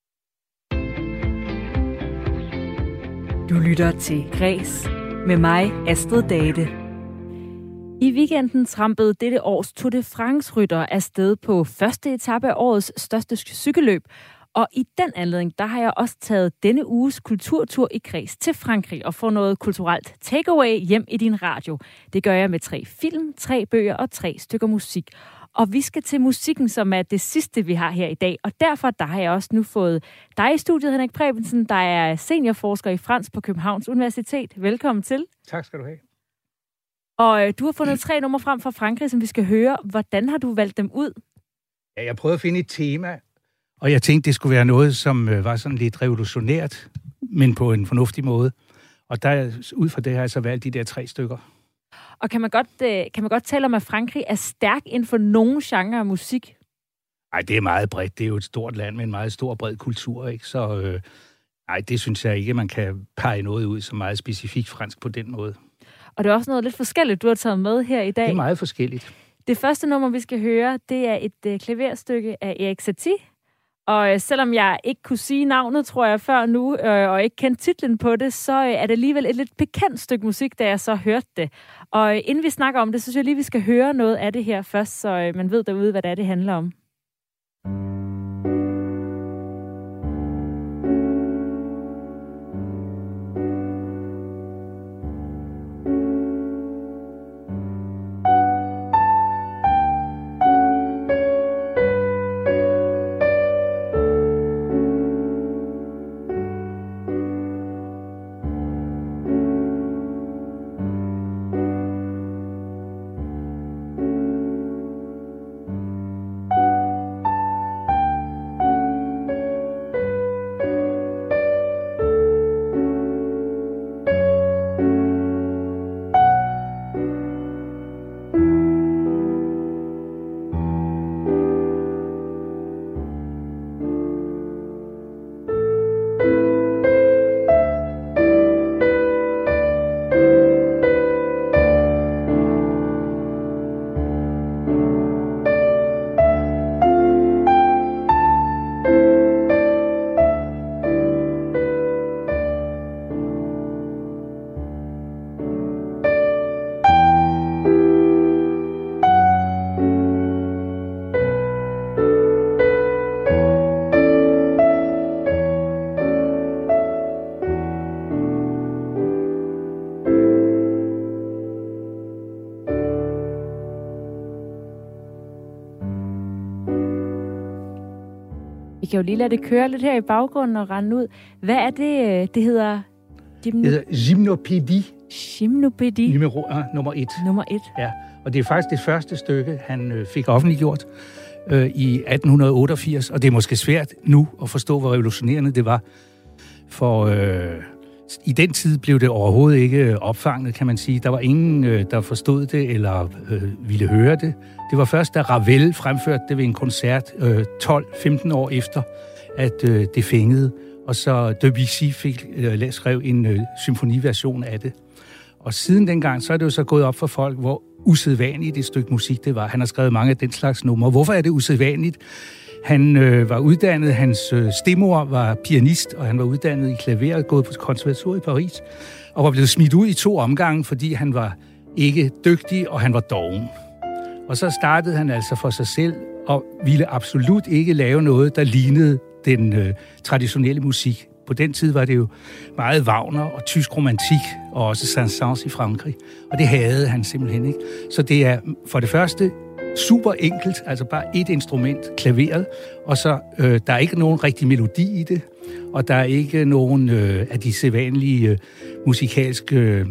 Du lytter til Græs med mig, Astrid Date. I weekenden trampede dette års Tour de France-rytter afsted på første etape af årets største cykelløb. Og i den anledning, der har jeg også taget denne uges kulturtur i Græs til Frankrig og få noget kulturelt takeaway hjem i din radio. Det gør jeg med 3 film, 3 bøger og 3 stykker musik. Og vi skal til musikken, som er det sidste, vi har her i dag. Og derfor der har jeg også nu fået dig i studiet, Henrik Prebensen, der er seniorforsker i fransk på Københavns Universitet. Velkommen til. Tak skal du have. Og du har fundet 3 numre frem fra Frankrig, som vi skal høre. Hvordan har du valgt dem ud? Ja, jeg prøvede at finde et tema, og jeg tænkte, det skulle være noget, som var sådan lidt revolutionært, men på en fornuftig måde. Og der, ud fra det har jeg så valgt de der 3 stykker. Og kan man godt tale om, at Frankrig er stærk inden for nogle genrer af musik? Nej, det er meget bredt. Det er jo et stort land med en meget stor, bred kultur, ikke? Så nej, det synes jeg ikke, man kan pege noget ud som meget specifikt fransk på den måde. Og det er også noget lidt forskelligt, du har taget med her i dag. Det er meget forskelligt. Det første nummer, vi skal høre, det er et klaverstykke af Erik Satie. Og selvom jeg ikke kunne sige navnet, tror jeg, før nu, og ikke kendte titlen på det, så er det alligevel et lidt bekendt stykke musik, da jeg så hørte det. Og inden vi snakker om det, så synes jeg lige, vi skal høre noget af det her først, så man ved derude, hvad det handler om. Vi kan jo lige lade det køre lidt her i baggrunden og rende ud. Hvad er det, det hedder? Det hedder Gymnopédie. Gymnopédie. Nummer 1. Nummer 1. Ja, Og det er faktisk det første stykke, han fik offentliggjort i 1888, og det er måske svært nu at forstå, hvor revolutionerende det var, for i den tid blev det overhovedet ikke opfanget, kan man sige. Der var ingen, der forstod det eller ville høre det. Det var først, da Ravel fremførte det ved en koncert 12-15 år efter, at det fængede. Og så Debussy skrev en symfoniversion af det. Og siden dengang, så er det jo så gået op for folk, hvor usædvanligt et stykke musik det var. Han har skrevet mange af den slags numre. Hvorfor er det usædvanligt? Han var uddannet, hans stemmor var pianist, og han var uddannet i klaver, gået på konservatoriet i Paris, og var blevet smidt ud i 2 omgange, fordi han var ikke dygtig, og han var doven. Og så startede han altså for sig selv, og ville absolut ikke lave noget, der lignede den traditionelle musik. På den tid var det jo meget Wagner og tysk romantik, og også Saint-Saëns i Frankrig. Og det havde han simpelthen ikke. Så det er for det første super enkelt, altså bare et instrument, klaveret, og så der er ikke nogen rigtig melodi i det, og der er ikke nogen af de sædvanlige musikalske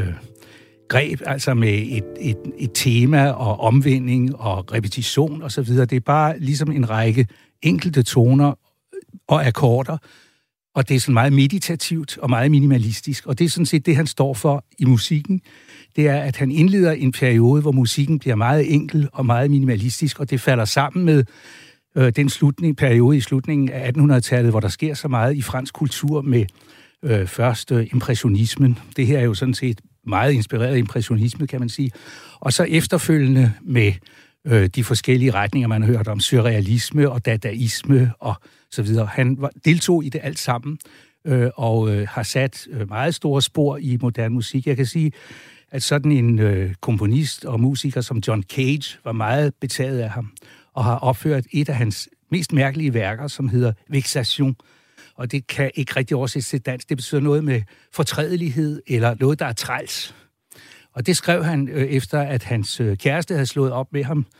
greb, altså med et tema og omvending og repetition og så videre. Det er bare ligesom en række enkelte toner og akkorder, og det er sådan meget meditativt og meget minimalistisk, og det er sådan set det, han står for i musikken. Det er, at han indleder en periode, hvor musikken bliver meget enkel og meget minimalistisk, og det falder sammen med den periode i slutningen af 1800-tallet, hvor der sker så meget i fransk kultur med først impressionismen. Det her er jo sådan set meget inspireret af impressionisme, kan man sige. Og så efterfølgende med de forskellige retninger, man har hørt om, surrealisme og dadaisme og så videre. Han deltog i det alt sammen, og har sat meget store spor i moderne musik. Jeg kan sige, at sådan en komponist og musiker som John Cage var meget betaget af ham, og har opført et af hans mest mærkelige værker, som hedder Vexation. Og det kan ikke rigtig oversættes til dansk. Det betyder noget med fortrædelighed, eller noget, der er træls. Og det skrev han efter, at hans kæreste havde slået op med ham.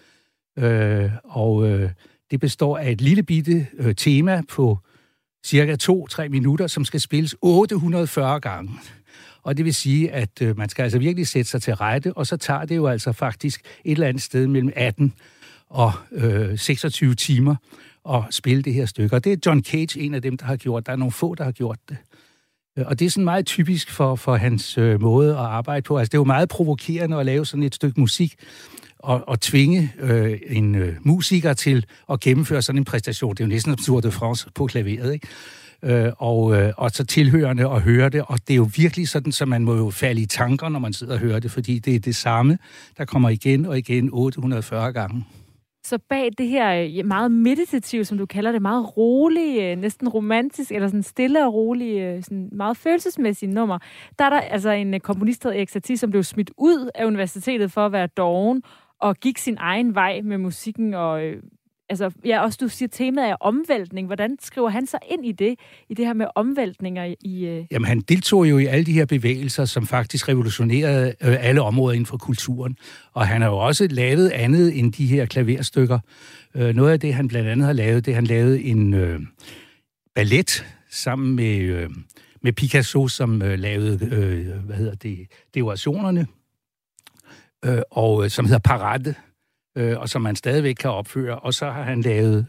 Det består af et lille bitte tema på cirka 2-3 minutter, som skal spilles 840 gange. Og det vil sige, at man skal altså virkelig sætte sig til rette, og så tager det jo altså faktisk et eller andet sted mellem 18 og 26 timer at spille det her stykke. Og det er John Cage, en af dem, der har gjort. Der er nogle få, der har gjort det. Og det er sådan meget typisk for hans måde at arbejde på. Altså det er jo meget provokerende at lave sådan et stykke musik, og tvinge en musiker til at gennemføre sådan en præstation. Det er jo næsten som Tour de France på klaveret, ikke? Og så tilhørende og høre det, og det er jo virkelig sådan, så man må jo falde i tanker, når man sidder og hører det, fordi det er det samme, der kommer igen og igen 840 gange. Så bag det her meget meditative, som du kalder det, meget rolige, næsten romantisk, eller sådan stille og rolige, sådan meget følelsesmæssige nummer, der er der altså en komponist, der hedder Erik Satie, som blev smidt ud af universitetet for at være doven, og gik sin egen vej med musikken, og også du siger, temaet er omvæltning. Hvordan skriver han sig ind i det her med omvæltninger i... Jamen, han deltog jo i alle de her bevægelser, som faktisk revolutionerede alle områder inden for kulturen. Og han har jo også lavet andet end de her klaverstykker. Noget af det, han blandt andet har lavet, det han lavede en ballet sammen med Picasso, som lavede, dekorationerne, og som hedder Parade, og som man stadigvæk kan opføre. Og så har han lavet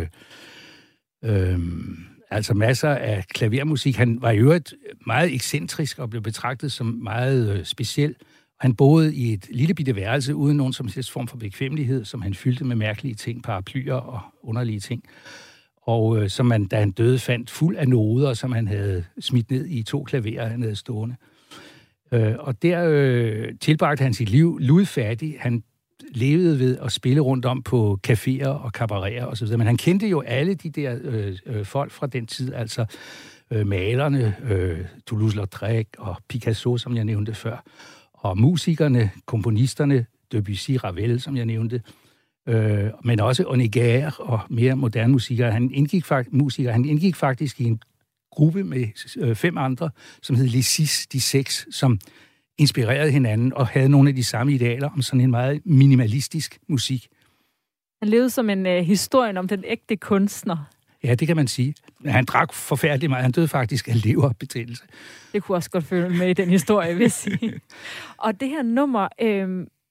altså masser af klavermusik. Han var i øvrigt meget ekscentrisk og blev betragtet som meget speciel. Han boede i et lille bitte værelse uden nogen som helst form for bekvemmelighed, som han fyldte med mærkelige ting, paraplyer og underlige ting. Og som man, da han døde, fandt fuld af noder, som han havde smidt ned i 2 klaverer, han havde stående. Og der tilbragte han sit liv ludfattig. Han levede ved at spille rundt om på caféer og cabareter osv. Men han kendte jo alle de der folk fra den tid, altså malerne, Toulouse-Lautrec og Picasso, som jeg nævnte før, og musikerne, komponisterne, Debussy, Ravel, som jeg nævnte, men også Honegger og mere moderne musikere. Han indgik faktisk i en gruppe med 5 andre, som hed Les Six, de 6, som inspirerede hinanden og havde nogle af de samme idealer om sådan en meget minimalistisk musik. Han levede som en historien om den ægte kunstner. Ja, det kan man sige. Han drak forfærdeligt meget. Han døde faktisk af leverbetændelse. Det kunne også godt følge med i den historie, vil jeg sige. Og det her nummer,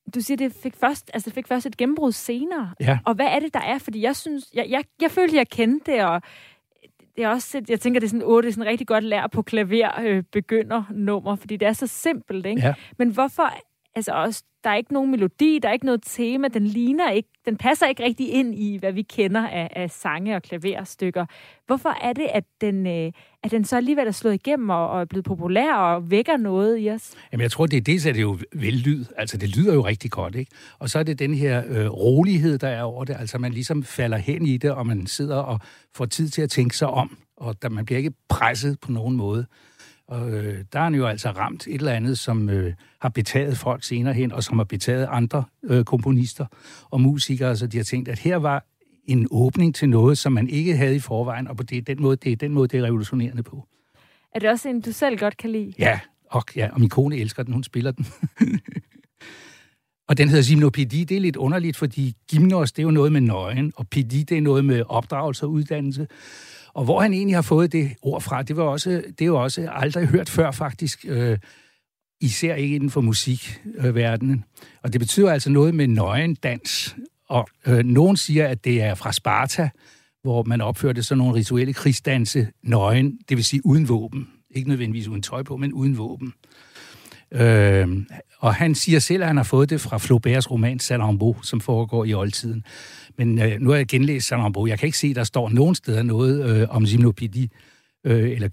du siger, det fik først et gennembrud senere. Ja. Og hvad er det, der er? Fordi jeg synes, jeg følte, jeg kendte det, og det er også, jeg tænker, det er sådan en rigtig godt lær på klaver begyndernummer, fordi det er så simpelt, ikke? Ja. Men hvorfor, altså også, der er ikke nogen melodi, der er ikke noget tema, den passer ikke rigtig ind i, hvad vi kender af sange og klaverstykker. Hvorfor er det, at den så alligevel er slået igennem og er blevet populær og vækker noget i os? Jamen, jeg tror, det er jo vellyd. Altså, det lyder jo rigtig godt, ikke? Og så er det den her rolighed, der er over det. Altså, man ligesom falder hen i det, og man sidder og får tid til at tænke sig om, og man bliver ikke presset på nogen måde. Og der er han jo altså ramt et eller andet, som har betaget folk senere hen, og som har betaget andre komponister og musikere, så de har tænkt, at her var en åbning til noget, som man ikke havde i forvejen, og det er den måde, det er revolutionerende på. Er det også en, du selv godt kan lide? Ja, og min kone elsker den, hun spiller den. Og den hedder Gymnopædi, det er lidt underligt, fordi gymnos, det er jo noget med nøgen, og pædi, det er noget med opdragelse og uddannelse. Og hvor han egentlig har fået det ord fra, det er jo også aldrig hørt før faktisk, især ikke inden for musikverdenen. Og det betyder altså noget med nøgendans. Og nogen siger, at det er fra Sparta, hvor man opførte sådan nogle rituelle krigsdanse nøgen, det vil sige uden våben. Ikke nødvendigvis uden tøj på, men uden våben. Og han siger selv, at han har fået det fra Flauberts roman Salammbô, som foregår i oldtiden. Men nu har jeg genlæst Salammbô. Jeg kan ikke se, at der står nogen steder noget om gymnopædi, eller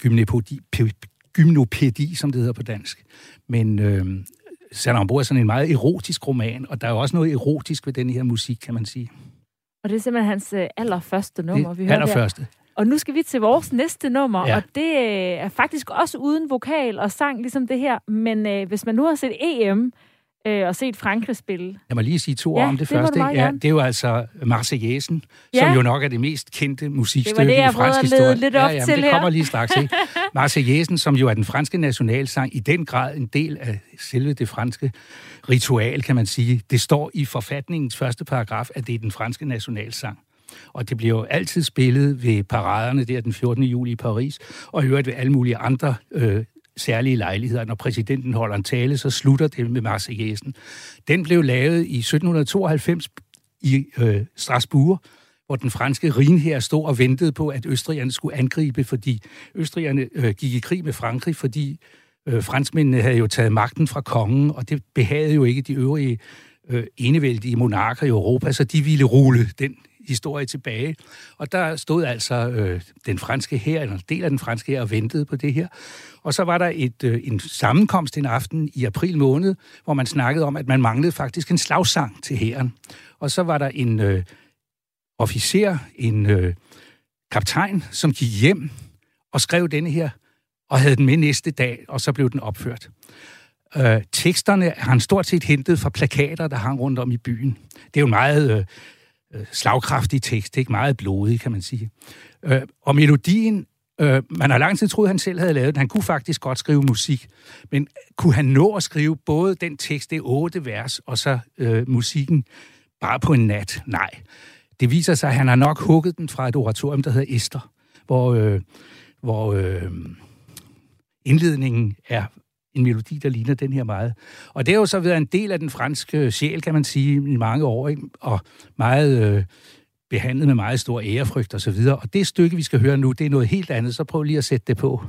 gymnopædi, som det hedder på dansk. Men Salammbô er sådan en meget erotisk roman, og der er jo også noget erotisk ved den her musik, kan man sige. Og det er simpelthen hans allerførste nummer, vi hører her. Allerførste. Og nu skal vi til vores næste nummer, ja. Og det er faktisk også uden vokal og sang, ligesom det her. Men hvis man nu har set EM og set Frankrig spille... Jeg må lige sige 2 ord om det første. Ja, det er jo altså Marseillaisen, som jo nok er det mest kendte musikstykke i fransk historie. Det lidt op til det kommer lige straks, ikke? Marseillaisen, som jo er den franske nationalsang, i den grad en del af selve det franske ritual, kan man sige. Det står i forfatningens første paragraf, at det er den franske nationalsang. Og det bliver jo altid spillet ved paraderne der den 14. juli i Paris, og i øvrigt ved alle mulige andre særlige lejligheder. Når præsidenten holder en tale, så slutter det med Marseillaisen. Den blev lavet i 1792 i Strasbourg, hvor den franske Rhinhær stod og ventede på, at østrigerne skulle angribe, fordi østrigerne gik i krig med Frankrig, fordi franskmændene havde jo taget magten fra kongen, og det behagede jo ikke de øvrige enevældige monarker i Europa, så de ville rulle den historie tilbage. Og der stod altså den franske hær, eller en del af den franske hær, og ventede på det her. Og så var der en sammenkomst en aften i april måned, hvor man snakkede om, at man manglede faktisk en slagsang til hæren. Og så var der en officer, en kaptajn, som gik hjem og skrev denne her, og havde den med næste dag, og så blev den opført. Teksterne har han stort set hentet fra plakater, der hang rundt om i byen. Det er jo en meget slagkraftig tekst, ikke meget blodig, kan man sige. Og melodien, man har lang tid troet, han selv havde lavet den. Han kunne faktisk godt skrive musik, men kunne han nå at skrive både den tekst, det er 8 vers, og så musikken bare på en nat? Nej. Det viser sig, at han har nok hugget den fra et oratorium, der hedder Esther, hvor indledningen er en melodi, der ligner den her meget. Og det har jo så været en del af den franske sjæl, kan man sige, i mange år, ikke? Og meget behandlet med meget stor ærefrygt og så videre. Og det stykke, vi skal høre nu, det er noget helt andet, så prøv lige at sætte det på.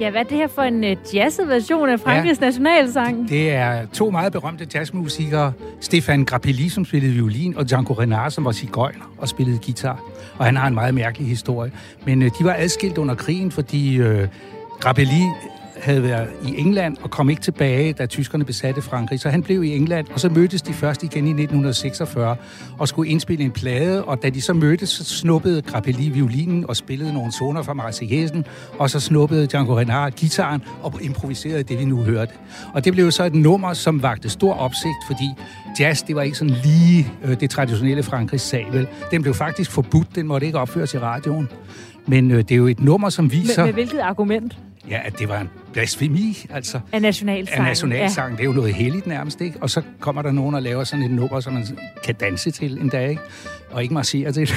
Ja, hvad er det her for en jazzet version af Frankrigs nationalsang? Det er 2 meget berømte jazzmusikere. Stéphane Grappelli, som spillede violin, og Django Reinhardt, som var sigøjner og spillede guitar. Og han har en meget mærkelig historie. Men de var adskilt under krigen, fordi Grappelli havde været i England og kom ikke tilbage, da tyskerne besatte Frankrig. Så han blev i England, og så mødtes de først igen i 1946 og skulle indspille en plade, og da de så mødtes, så snuppede Grappelli violinen og spillede nogle toner fra Marseillaisen, og så snuppede Django Reinhardt guitaren og improviserede det, vi nu hørte. Og det blev så et nummer, som vakte stor opsigt, fordi jazz, det var ikke sådan lige det traditionelle Frankrigs sag, vel? Den blev faktisk forbudt, den måtte ikke opføres i radioen. Men det er jo et nummer, som viser... Med hvilket argument? Ja, at det var en blasfemi, altså. Af nationalsang. Af nationalsang. Ja. Det er jo noget helligt nærmest, ikke? Og så kommer der nogen og laver sådan et nummer, som man kan danse til en dag, ikke? Og ikke marchere til.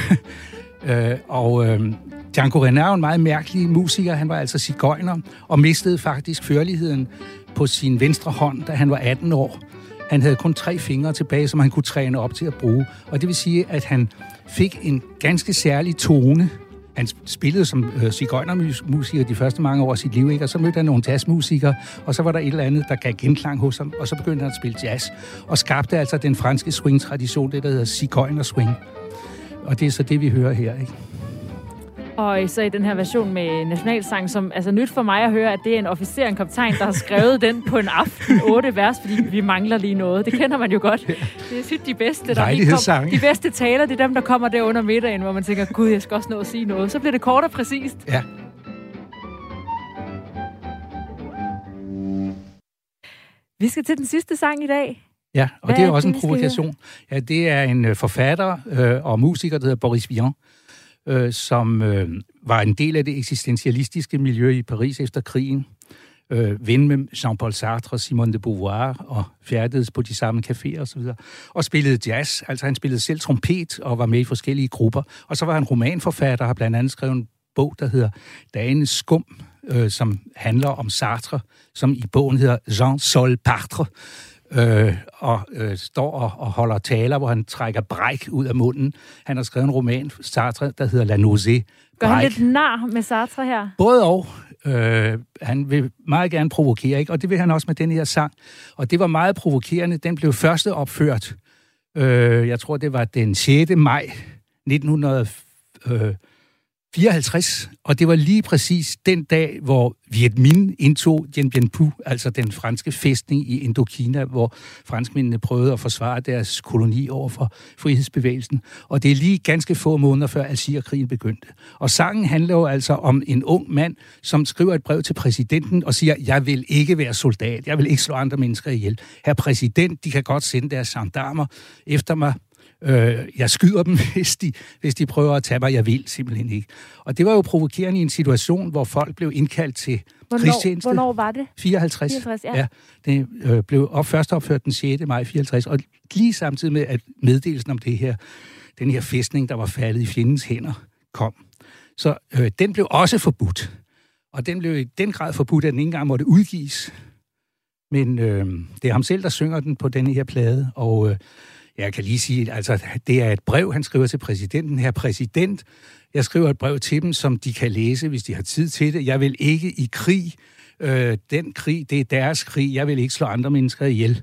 Django Reinhardt er en meget mærkelig musiker. Han var altså sigøjner og mistede faktisk førligheden på sin venstre hånd, da han var 18 år. Han havde kun 3 fingre tilbage, som han kunne træne op til at bruge. Og det vil sige, at han fik en ganske særlig tone. Han spillede som sigøjnermusiker de første mange år af sit liv, ikke? Og så mødte han nogle jazzmusikere, og så var der et eller andet, der gav genklang hos ham, og så begyndte han at spille jazz, og skabte altså den franske swing-tradition, det der hedder sigøjner-swing. Og det er så det, vi hører her, ikke? Og så i den her version med nationalsang, som altså nyt for mig at høre, at det er en officer, en kaptajn, der har skrevet den på en aften, 8 vers, fordi vi mangler lige noget. Det kender man jo godt. Det er sygt de bedste, der lige kommer. De bedste taler, det er dem, der kommer der under middagen, hvor man tænker, gud, jeg skal også nå at sige noget. Så bliver det kort og præcist. Ja. Vi skal til den sidste sang i dag. Ja, og det er også en provokation. Ja, det er en forfatter og musiker, der hedder Boris Vian, som var en del af det eksistentialistiske miljø i Paris efter krigen. Ven med Jean-Paul Sartre og Simone de Beauvoir, og færdedes på de samme caféer osv. Og spillede jazz, altså han spillede selv trompet og var med i forskellige grupper. Og så var han romanforfatter, har blandt andet skrevet en bog, der hedder Dagens Skum, som handler om Sartre, som i bogen hedder Jean Sol Partre. Står og holder taler, hvor han trækker bræk ud af munden. Han har skrevet en roman, Sartre, der hedder La Nausée. Gør han lidt nar med Sartre her? Både og. Han vil meget gerne provokere, ikke? Og det vil han også med den her sang. Og det var meget provokerende. Den blev første opført, jeg tror, det var den 6. maj 1954, og det var lige præcis den dag, hvor Viet Minh indtog Dien Bien Phu, altså den franske fæstning i Indokina, hvor franskmændene prøvede at forsvare deres koloni over for frihedsbevægelsen. Og det er lige ganske få måneder før Algeriekrigen begyndte. Og sangen handler jo altså om en ung mand, som skriver et brev til præsidenten og siger, jeg vil ikke være soldat, jeg vil ikke slå andre mennesker ihjel. Herr præsident, de kan godt sende deres gendarmer efter mig. Jeg skyder dem, hvis de prøver at tage mig. Jeg vil simpelthen ikke. Og det var jo provokerende i en situation, hvor folk blev indkaldt til krigstjeneste. Hvornår var det? 54. 54, ja. Ja, det blev først opført den 6. maj 54, og lige samtidig med, at meddelelsen om den her fæstning, der var faldet i fjendens hænder, kom. Så den blev også forbudt. Og den blev i den grad forbudt, at den ikke engang måtte udgives. Men det er ham selv, der synger den på denne her plade, og jeg kan lige sige, altså, det er et brev, han skriver til præsidenten. Herr præsident, jeg skriver et brev til dem, som de kan læse, hvis de har tid til det. Jeg vil ikke i krig. Den krig, det er deres krig. Jeg vil ikke slå andre mennesker ihjel.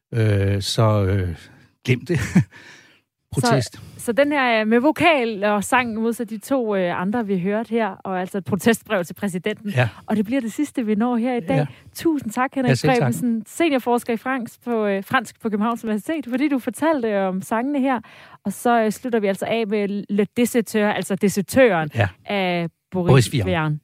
Glem det. Protest. Så den her med vokal og sang modsat de 2 andre, vi hørte her, og altså et protestbrev til præsidenten. Ja. Og det bliver det sidste, vi når her i dag. Ja. Tusind tak, Henrik Grebensen, seniorforsker i fransk på Københavns Universitet, fordi du fortalte om sangene her. Og så slutter vi altså af med Le Deserteur, altså desertøren af Boris Vian.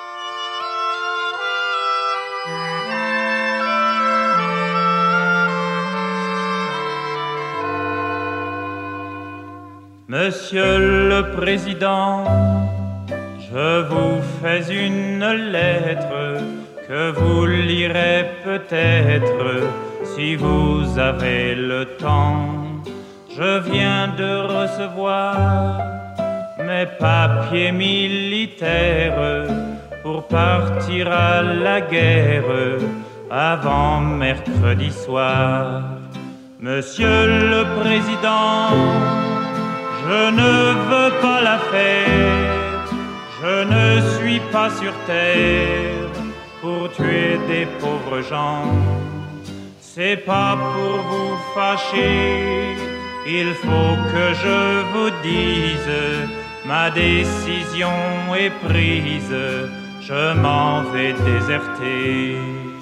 Monsieur le Président, je vous fais une lettre que vous lirez peut-être si vous avez le temps. Je viens de recevoir mes papiers militaires pour partir à la guerre avant mercredi soir. Monsieur le Président, je ne veux pas la faire, je ne suis pas sur terre pour tuer des pauvres gens. C'est pas pour vous fâcher, il faut que je vous dise, ma décision est prise, je m'en vais déserter.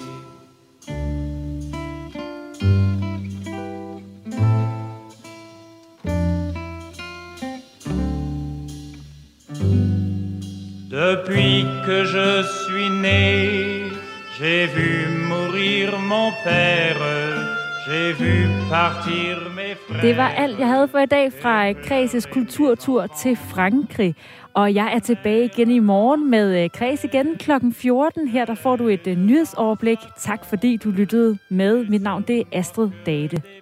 Depuis que je suis né, j'ai vu mourir mon père, j'ai vu partir mes frères. Det var alt, jeg havde for i dag fra Kredses kulturtur til Frankrig. Og jeg er tilbage igen i morgen med Kreds igen kl. 14. Her der får du et nyhedsoverblik. Tak fordi du lyttede med. Mit navn det er Astrid Date.